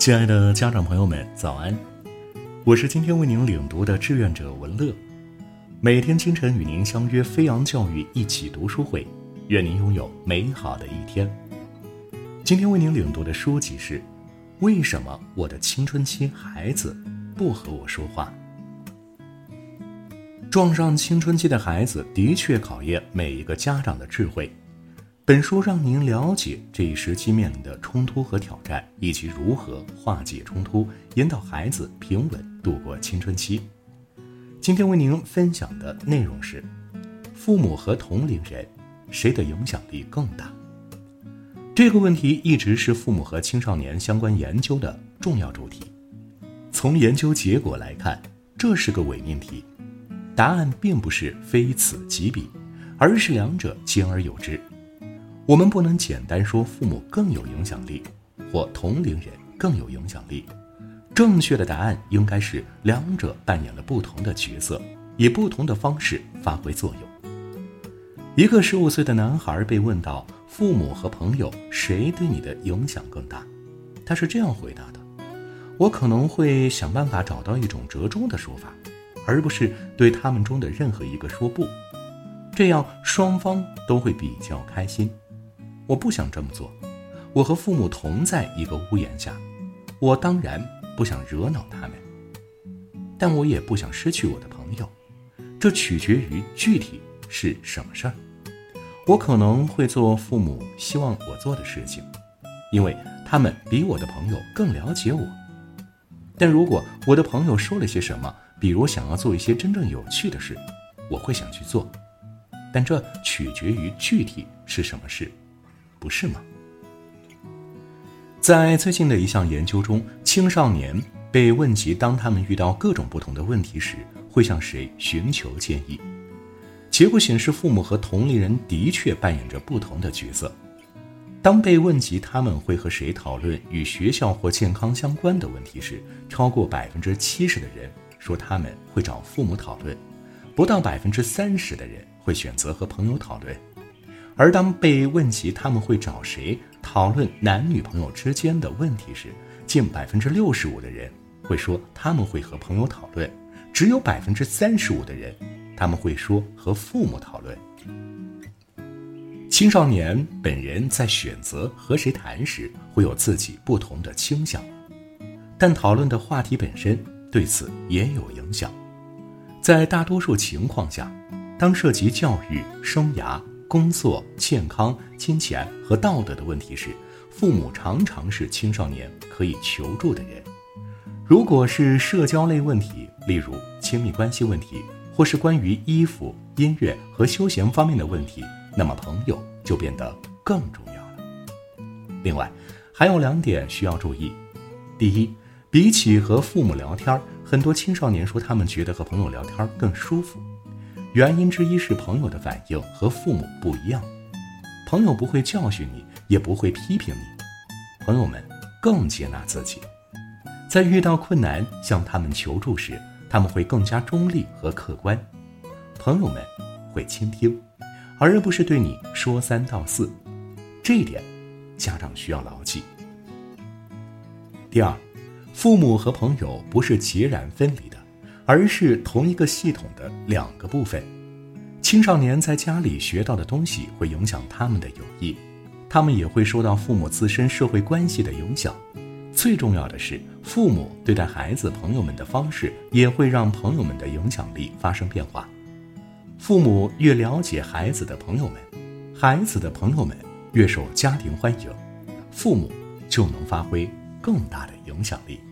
亲爱的家长朋友们，早安！我是今天为您领读的志愿者文乐，每天清晨与您相约飞扬教育一起读书会，愿您拥有美好的一天。今天为您领读的书籍是《为什么我的青春期孩子不和我说话》。撞上青春期的孩子的确考验每一个家长的智慧。本书让您了解这一时期面临的冲突和挑战，以及如何化解冲突，引导孩子平稳度过青春期。今天为您分享的内容是：父母和同龄人，谁的影响力更大？这个问题一直是父母和青少年相关研究的重要主题。从研究结果来看，这是个伪命题，答案并不是非此即彼，而是两者兼而有之。我们不能简单说父母更有影响力，或同龄人更有影响力。正确的答案应该是两者扮演了不同的角色，以不同的方式发挥作用。一个15岁的男孩被问到父母和朋友谁对你的影响更大，他是这样回答的：我可能会想办法找到一种折中的说法，而不是对他们中的任何一个说不，这样双方都会比较开心。我不想这么做，我和父母同在一个屋檐下，我当然不想惹恼他们，但我也不想失去我的朋友，这取决于具体是什么事儿。我可能会做父母希望我做的事情，因为他们比我的朋友更了解我。但如果我的朋友说了些什么，比如想要做一些真正有趣的事，我会想去做，但这取决于具体是什么事，不是吗？在最近的一项研究中，青少年被问及当他们遇到各种不同的问题时，会向谁寻求建议。结果显示，父母和同龄人的确扮演着不同的角色。当被问及他们会和谁讨论与学校或健康相关的问题时，超过70%的人说他们会找父母讨论，不到30%的人会选择和朋友讨论。而当被问及他们会找谁讨论男女朋友之间的问题时，近65%的人会说他们会和朋友讨论，只有35%的人他们会说和父母讨论。青少年本人在选择和谁谈时会有自己不同的倾向，但讨论的话题本身对此也有影响。在大多数情况下，当涉及教育、生涯、工作、健康、金钱和道德的问题时，父母常常是青少年可以求助的人。如果是社交类问题，例如亲密关系问题，或是关于衣服、音乐和休闲方面的问题，那么朋友就变得更重要了。另外，还有2点需要注意。第一，比起和父母聊天，很多青少年说他们觉得和朋友聊天更舒服。原因之一是朋友的反应和父母不一样，朋友不会教训你，也不会批评你，朋友们更接纳自己。在遇到困难向他们求助时，他们会更加中立和客观，朋友们会倾听，而不是对你说3道4，这一点家长需要牢记。第二，父母和朋友不是截然分离的，而是同一个系统的2个部分。青少年在家里学到的东西会影响他们的友谊，他们也会受到父母自身社会关系的影响。最重要的是，父母对待孩子朋友们的方式也会让朋友们的影响力发生变化。父母越了解孩子的朋友们，孩子的朋友们越受家庭欢迎，父母就能发挥更大的影响力。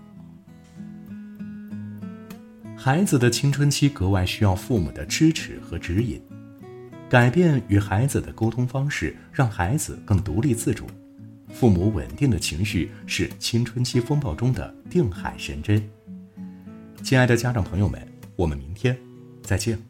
孩子的青春期格外需要父母的支持和指引，改变与孩子的沟通方式，让孩子更独立自主。父母稳定的情绪是青春期风暴中的定海神针。亲爱的家长朋友们，我们明天再见。